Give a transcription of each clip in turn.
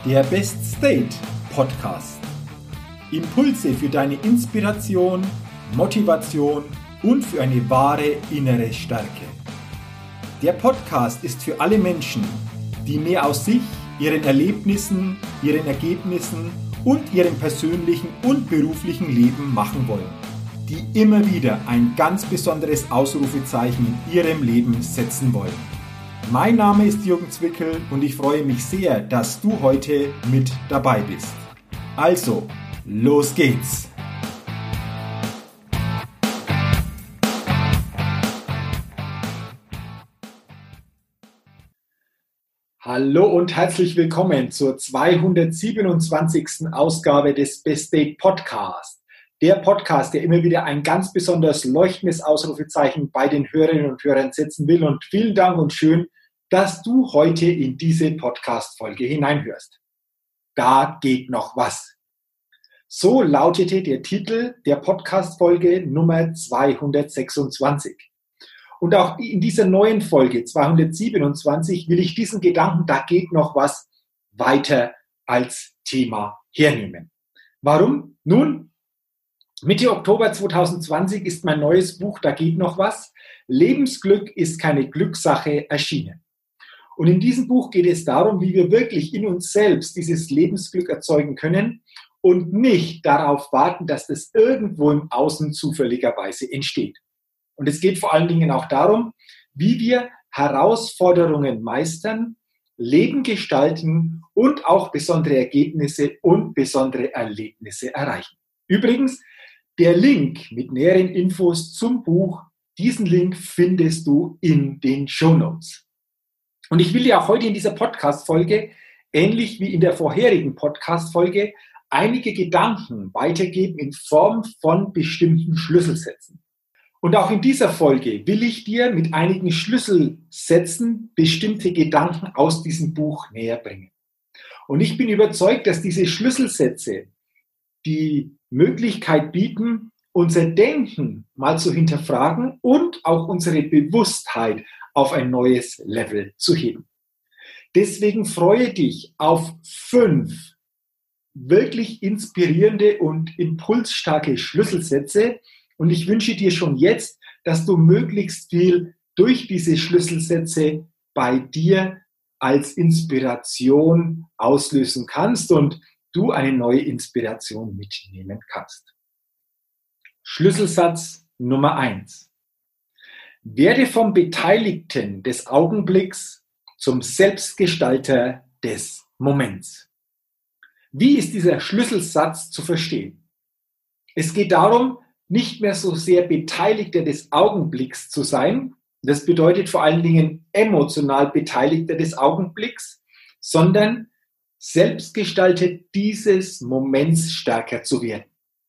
der Best State Podcast. Impulse für deine Inspiration, Motivation und für eine wahre innere Stärke. Der Podcast ist für alle Menschen, die mehr aus sich, ihren Erlebnissen, ihren Ergebnissen und ihrem persönlichen und beruflichen Leben machen wollen, die immer wieder ein ganz besonderes Ausrufezeichen in ihrem Leben setzen wollen. Mein Name ist Jürgen Zwickel und ich freue mich sehr, dass du heute mit dabei bist. Also, los geht's! Hallo und herzlich willkommen zur 227. Ausgabe des Best State Podcast. Der Podcast, der immer wieder ein ganz besonders leuchtendes Ausrufezeichen bei den Hörerinnen und Hörern setzen will. Und vielen Dank und schön, dass du heute in diese Podcast-Folge hineinhörst. Da geht noch was. So lautete der Titel der Podcast-Folge Nummer 226. Und auch in dieser neuen Folge 227 will ich diesen Gedanken, da geht noch was, weiter als Thema hernehmen. Warum? Nun, Mitte Oktober 2020 ist mein neues Buch, da geht noch was. Lebensglück ist keine Glückssache erschienen. Und in diesem Buch geht es darum, wie wir wirklich in uns selbst dieses Lebensglück erzeugen können und nicht darauf warten, dass das irgendwo im Außen zufälligerweise entsteht. Und es geht vor allen Dingen auch darum, wie wir Herausforderungen meistern, Leben gestalten und auch besondere Ergebnisse und besondere Erlebnisse erreichen. Übrigens, der Link mit näheren Infos zum Buch, diesen Link findest du in den Shownotes. Und ich will dir auch heute in dieser Podcast-Folge, ähnlich wie in der vorherigen Podcast-Folge, einige Gedanken weitergeben in Form von bestimmten Schlüsselsätzen. Und auch in dieser Folge will ich dir mit einigen Schlüsselsätzen bestimmte Gedanken aus diesem Buch näher bringen. Und ich bin überzeugt, dass diese Schlüsselsätze die Möglichkeit bieten, unser Denken mal zu hinterfragen und auch unsere Bewusstheit auf ein neues Level zu heben. Deswegen freue dich auf 5 wirklich inspirierende und impulsstarke Schlüsselsätze und ich wünsche dir schon jetzt, dass du möglichst viel durch diese Schlüsselsätze bei dir als Inspiration auslösen kannst und du eine neue Inspiration mitnehmen kannst. Schlüsselsatz Nummer 1. Werde vom Beteiligten des Augenblicks zum Selbstgestalter des Moments. Wie ist dieser Schlüsselsatz zu verstehen? Es geht darum, nicht mehr so sehr Beteiligter des Augenblicks zu sein. Das bedeutet vor allen Dingen emotional Beteiligter des Augenblicks, sondern Selbstgestalter dieses Moments stärker zu werden.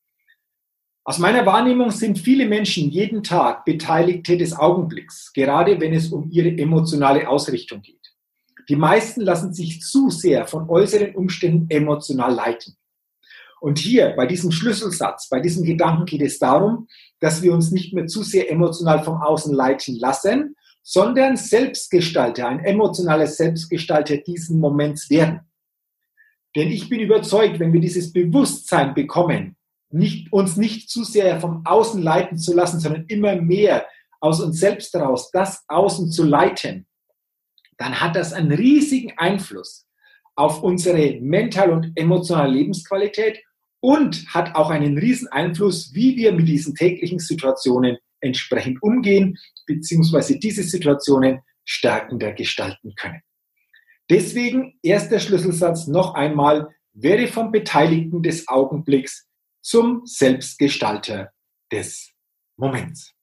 Aus meiner Wahrnehmung sind viele Menschen jeden Tag Beteiligte des Augenblicks, gerade wenn es um ihre emotionale Ausrichtung geht. Die meisten lassen sich zu sehr von äußeren Umständen emotional leiten. Und hier bei diesem Schlüsselsatz, bei diesem Gedanken geht es darum, dass wir uns nicht mehr zu sehr emotional vom Außen leiten lassen, sondern Selbstgestalter, ein emotionaler Selbstgestalter diesen Moments werden. Denn ich bin überzeugt, wenn wir dieses Bewusstsein bekommen, uns nicht zu sehr vom Außen leiten zu lassen, sondern immer mehr aus uns selbst heraus das Außen zu leiten, dann hat das einen riesigen Einfluss auf unsere mentale und emotionale Lebensqualität und hat auch einen riesen Einfluss, wie wir mit diesen täglichen Situationen entsprechend umgehen, beziehungsweise diese Situationen stärkender gestalten können. Deswegen erster Schlüsselsatz noch einmal, werde vom Beteiligten des Augenblicks zum Selbstgestalter des Moments.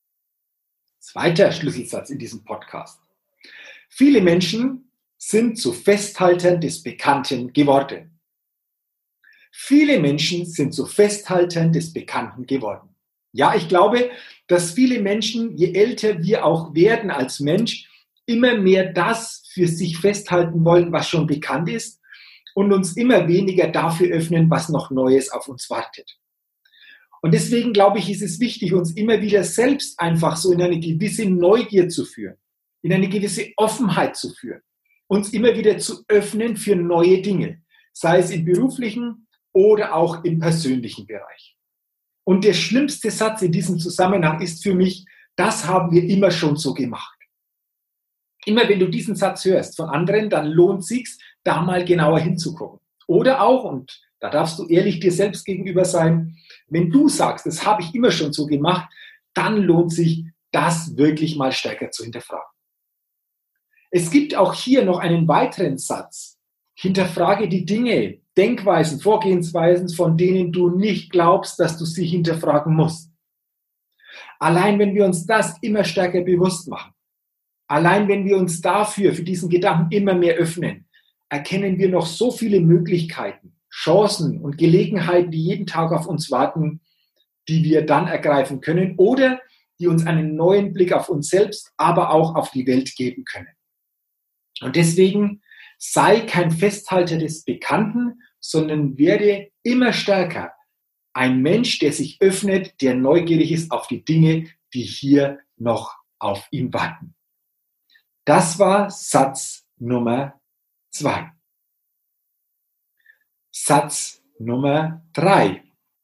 Zweiter Schlüsselsatz in diesem Podcast. Viele Menschen sind zu Festhaltern des Bekannten geworden. Viele Menschen sind zu Festhaltern des Bekannten geworden. Ja, ich glaube, dass viele Menschen, je älter wir auch werden als Mensch, immer mehr das für sich festhalten wollen, was schon bekannt ist und uns immer weniger dafür öffnen, was noch Neues auf uns wartet. Und deswegen glaube ich, ist es wichtig, uns immer wieder selbst einfach so in eine gewisse Neugier zu führen, in eine gewisse Offenheit zu führen, uns immer wieder zu öffnen für neue Dinge. sei es im beruflichen oder auch im persönlichen Bereich. Und der schlimmste Satz in diesem Zusammenhang ist für mich, das haben wir immer schon so gemacht. Immer wenn du diesen Satz hörst von anderen, dann lohnt es sich, da mal genauer hinzugucken. Oder auch, und da darfst du ehrlich dir selbst gegenüber sein, wenn du sagst, das habe ich immer schon so gemacht, dann lohnt sich, das wirklich mal stärker zu hinterfragen. Es gibt auch hier noch einen weiteren Satz. Hinterfrage die Dinge, Denkweisen, Vorgehensweisen, von denen du nicht glaubst, dass du sie hinterfragen musst. Allein wenn wir uns das immer stärker bewusst machen, allein wenn wir uns dafür, für diesen Gedanken immer mehr öffnen, erkennen wir noch so viele Möglichkeiten, Chancen und Gelegenheiten, die jeden Tag auf uns warten, die wir dann ergreifen können oder die uns einen neuen Blick auf uns selbst, aber auch auf die Welt geben können. Und deswegen sei kein Festhalter des Bekannten, sondern werde immer stärker ein Mensch, der sich öffnet, der neugierig ist auf die Dinge, die hier noch auf ihn warten. Das war Satz Nummer 2. Satz Nummer 3.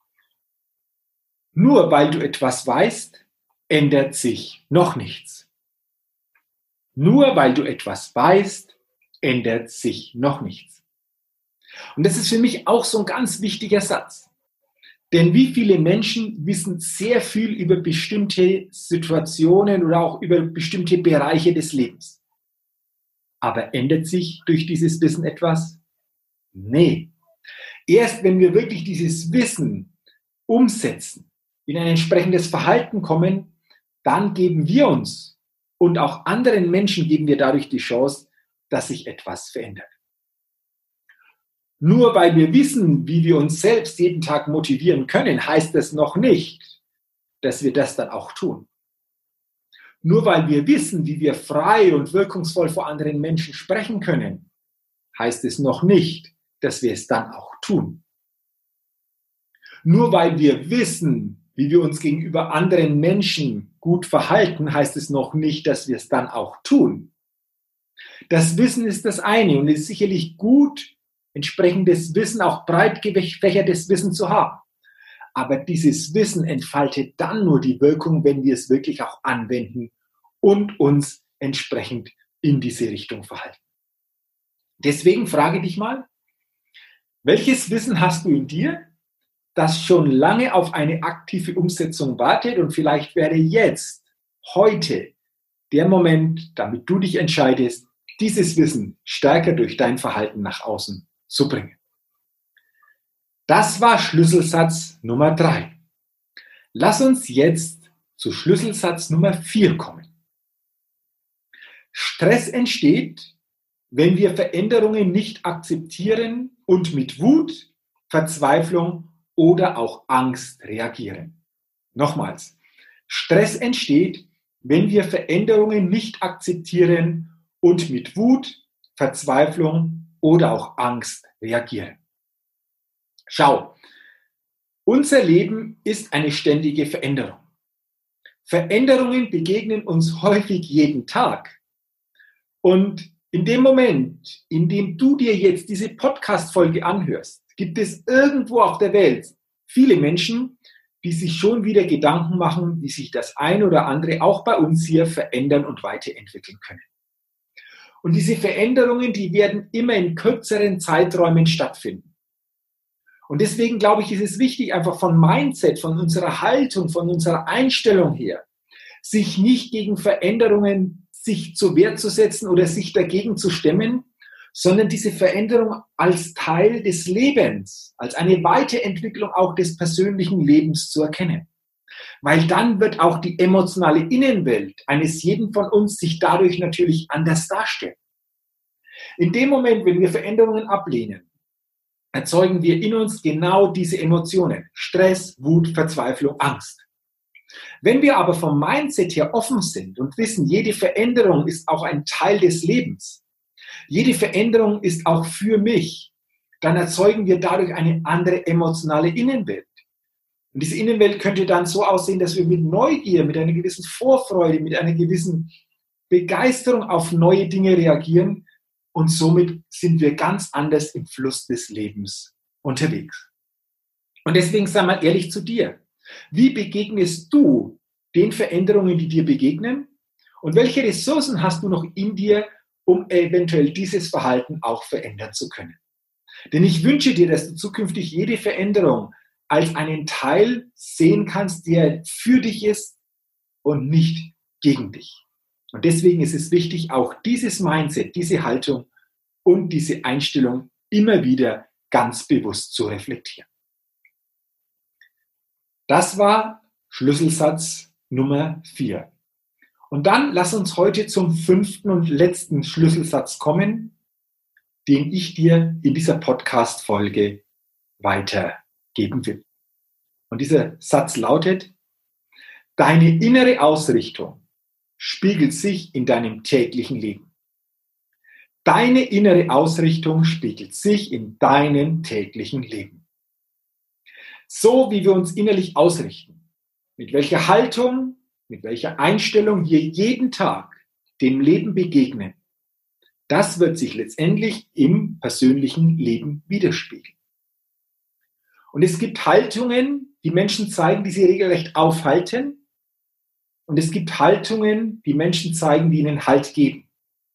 Nur weil du etwas weißt, ändert sich noch nichts. Nur weil du etwas weißt, ändert sich noch nichts. Und das ist für mich auch so ein ganz wichtiger Satz. Denn wie viele Menschen wissen sehr viel über bestimmte Situationen oder auch über bestimmte Bereiche des Lebens. Aber ändert sich durch dieses Wissen etwas? Nee. Erst wenn wir wirklich dieses Wissen umsetzen, in ein entsprechendes Verhalten kommen, dann geben wir uns und auch anderen Menschen geben wir dadurch die Chance, dass sich etwas verändert. Nur weil wir wissen, wie wir uns selbst jeden Tag motivieren können, heißt das noch nicht, dass wir das dann auch tun. Nur weil wir wissen, wie wir frei und wirkungsvoll vor anderen Menschen sprechen können, heißt es noch nicht, dass wir es dann auch tun. Nur weil wir wissen, wie wir uns gegenüber anderen Menschen gut verhalten, heißt es noch nicht, dass wir es dann auch tun. Das Wissen ist das eine und es ist sicherlich gut, entsprechendes Wissen, auch breit gefächertes Wissen zu haben. Aber dieses Wissen entfaltet dann nur die Wirkung, wenn wir es wirklich auch anwenden und uns entsprechend in diese Richtung verhalten. Deswegen frage dich mal, welches Wissen hast du in dir, das schon lange auf eine aktive Umsetzung wartet und vielleicht wäre jetzt, heute, der Moment, damit du dich entscheidest, dieses Wissen stärker durch dein Verhalten nach außen zu bringen. Das war Schlüsselsatz Nummer 3. Lass uns jetzt zu Schlüsselsatz Nummer 4 kommen. Stress entsteht, wenn wir Veränderungen nicht akzeptieren und mit Wut, Verzweiflung oder auch Angst reagieren. Nochmals, Stress entsteht, wenn wir Veränderungen nicht akzeptieren und mit Wut, Verzweiflung oder auch Angst reagieren. Schau, unser Leben ist eine ständige Veränderung. Veränderungen begegnen uns häufig jeden Tag. Und in dem Moment, in dem du dir jetzt diese Podcast-Folge anhörst, gibt es irgendwo auf der Welt viele Menschen, die sich schon wieder Gedanken machen, wie sich das ein oder andere auch bei uns hier verändern und weiterentwickeln können. Und diese Veränderungen, die werden immer in kürzeren Zeiträumen stattfinden. Und deswegen glaube ich, ist es wichtig, einfach von Mindset, von unserer Haltung, von unserer Einstellung her, sich nicht gegen Veränderungen sich zur Wehr zu setzen oder sich dagegen zu stemmen, sondern diese Veränderung als Teil des Lebens, als eine Weiterentwicklung auch des persönlichen Lebens zu erkennen. Weil dann wird auch die emotionale Innenwelt eines jeden von uns sich dadurch natürlich anders darstellen. In dem Moment, wenn wir Veränderungen ablehnen, erzeugen wir in uns genau diese Emotionen. Stress, Wut, Verzweiflung, Angst. Wenn wir aber vom Mindset her offen sind und wissen, jede Veränderung ist auch ein Teil des Lebens, jede Veränderung ist auch für mich, dann erzeugen wir dadurch eine andere emotionale Innenwelt. Und diese Innenwelt könnte dann so aussehen, dass wir mit Neugier, mit einer gewissen Vorfreude, mit einer gewissen Begeisterung auf neue Dinge reagieren, und somit sind wir ganz anders im Fluss des Lebens unterwegs. Und deswegen sei mal ehrlich zu dir. Wie begegnest du den Veränderungen, die dir begegnen? Und welche Ressourcen hast du noch in dir, um eventuell dieses Verhalten auch verändern zu können? Denn ich wünsche dir, dass du zukünftig jede Veränderung als einen Teil sehen kannst, der für dich ist und nicht gegen dich. Und deswegen ist es wichtig, auch dieses Mindset, diese Haltung und diese Einstellung immer wieder ganz bewusst zu reflektieren. Das war Schlüsselsatz Nummer 4. Und dann lass uns heute zum 5. und letzten Schlüsselsatz kommen, den ich dir in dieser Podcast-Folge weitergeben will. Und dieser Satz lautet: Deine innere Ausrichtung spiegelt sich in deinem täglichen Leben. Deine innere Ausrichtung spiegelt sich in deinem täglichen Leben. So wie wir uns innerlich ausrichten, mit welcher Haltung, mit welcher Einstellung wir jeden Tag dem Leben begegnen, das wird sich letztendlich im persönlichen Leben widerspiegeln. Und es gibt Haltungen, die Menschen zeigen, die sie regelrecht aufhalten. Und es gibt Haltungen, die Menschen zeigen, die ihnen Halt geben.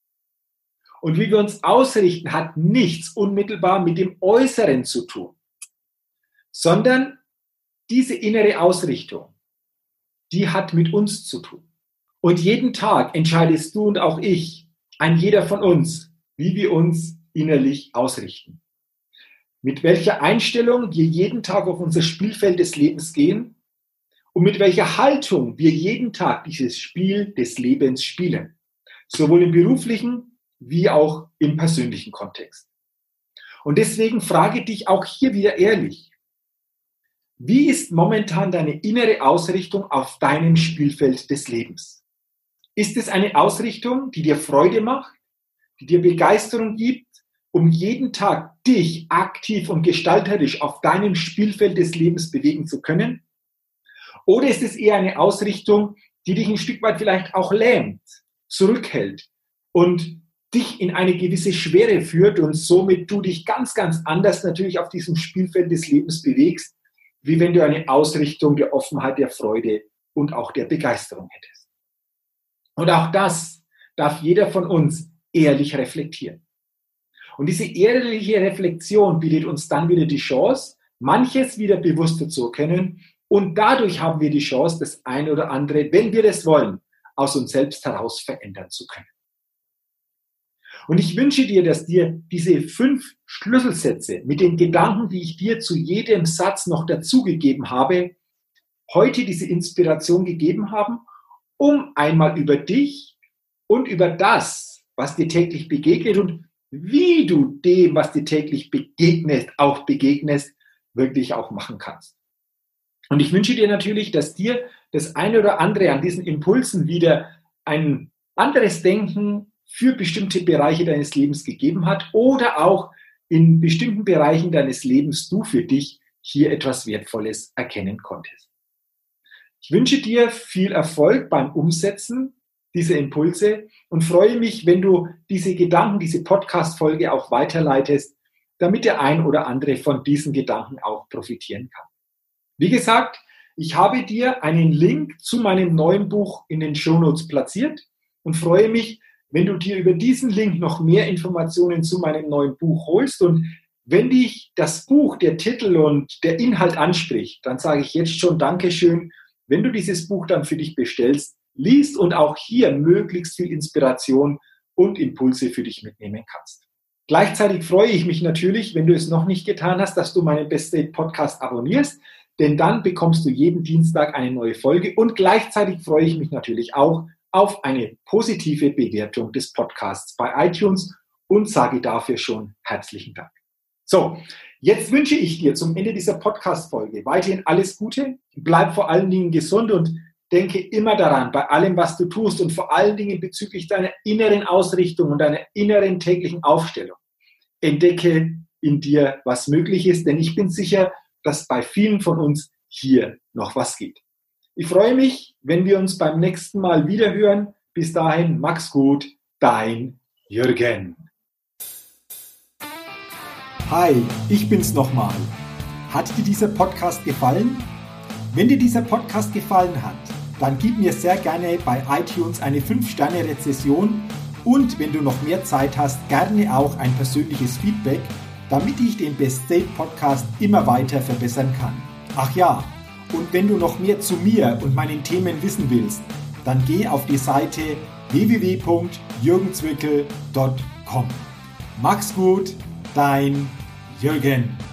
Und wie wir uns ausrichten, hat nichts unmittelbar mit dem Äußeren zu tun, sondern diese innere Ausrichtung, die hat mit uns zu tun. Und jeden Tag entscheidest du und auch ich, ein jeder von uns, wie wir uns innerlich ausrichten. Mit welcher Einstellung wir jeden Tag auf unser Spielfeld des Lebens gehen und mit welcher Haltung wir jeden Tag dieses Spiel des Lebens spielen. Sowohl im beruflichen wie auch im persönlichen Kontext. Und deswegen frage dich auch hier wieder ehrlich: Wie ist momentan deine innere Ausrichtung auf deinem Spielfeld des Lebens? Ist es eine Ausrichtung, die dir Freude macht, die dir Begeisterung gibt, um jeden Tag dich aktiv und gestalterisch auf deinem Spielfeld des Lebens bewegen zu können? Oder ist es eher eine Ausrichtung, die dich ein Stück weit vielleicht auch lähmt, zurückhält und dich in eine gewisse Schwere führt und somit du dich ganz, ganz anders natürlich auf diesem Spielfeld des Lebens bewegst, wie wenn du eine Ausrichtung der Offenheit, der Freude und auch der Begeisterung hättest. Und auch das darf jeder von uns ehrlich reflektieren. Und diese ehrliche Reflexion bietet uns dann wieder die Chance, manches wieder bewusster zu erkennen. Und dadurch haben wir die Chance, das eine oder andere, wenn wir das wollen, aus uns selbst heraus verändern zu können. Und ich wünsche dir, dass dir diese 5 Schlüsselsätze mit den Gedanken, die ich dir zu jedem Satz noch dazugegeben habe, heute diese Inspiration gegeben haben, um einmal über dich und über das, was dir täglich begegnet und wie du dem, was dir täglich begegnet, auch begegnest, wirklich auch machen kannst. Und ich wünsche dir natürlich, dass dir das eine oder andere an diesen Impulsen wieder ein anderes Denken für bestimmte Bereiche deines Lebens gegeben hat oder auch in bestimmten Bereichen deines Lebens du für dich hier etwas Wertvolles erkennen konntest. Ich wünsche dir viel Erfolg beim Umsetzen dieser Impulse und freue mich, wenn du diese Gedanken, diese Podcast-Folge auch weiterleitest, damit der ein oder andere von diesen Gedanken auch profitieren kann. Wie gesagt, ich habe dir einen Link zu meinem neuen Buch in den Shownotes platziert und freue mich, wenn du dir über diesen Link noch mehr Informationen zu meinem neuen Buch holst. Und wenn dich das Buch, der Titel und der Inhalt anspricht, dann sage ich jetzt schon Dankeschön, wenn du dieses Buch dann für dich bestellst, liest und auch hier möglichst viel Inspiration und Impulse für dich mitnehmen kannst. Gleichzeitig freue ich mich natürlich, wenn du es noch nicht getan hast, dass du meinen Best Date Podcast abonnierst, denn dann bekommst du jeden Dienstag eine neue Folge und gleichzeitig freue ich mich natürlich auch auf eine positive Bewertung des Podcasts bei iTunes und sage dafür schon herzlichen Dank. So, jetzt wünsche ich dir zum Ende dieser Podcast-Folge weiterhin alles Gute, bleib vor allen Dingen gesund und denke immer daran, bei allem, was du tust und vor allen Dingen bezüglich deiner inneren Ausrichtung und deiner inneren täglichen Aufstellung. Entdecke in dir, was möglich ist, denn ich bin sicher, dass bei vielen von uns hier noch was geht. Ich freue mich, wenn wir uns beim nächsten Mal wieder hören. Bis dahin, mach's gut, dein Jürgen. Hi, ich bin's nochmal. Hat dir dieser Podcast gefallen? Wenn dir dieser Podcast gefallen hat, dann gib mir sehr gerne bei iTunes eine 5-Sterne-Rezession und wenn du noch mehr Zeit hast, gerne auch ein persönliches Feedback, damit ich den Best State Podcast immer weiter verbessern kann. Ach ja, und wenn du noch mehr zu mir und meinen Themen wissen willst, dann geh auf die Seite www.jürgenzwickel.com. Mach's gut, dein Jürgen.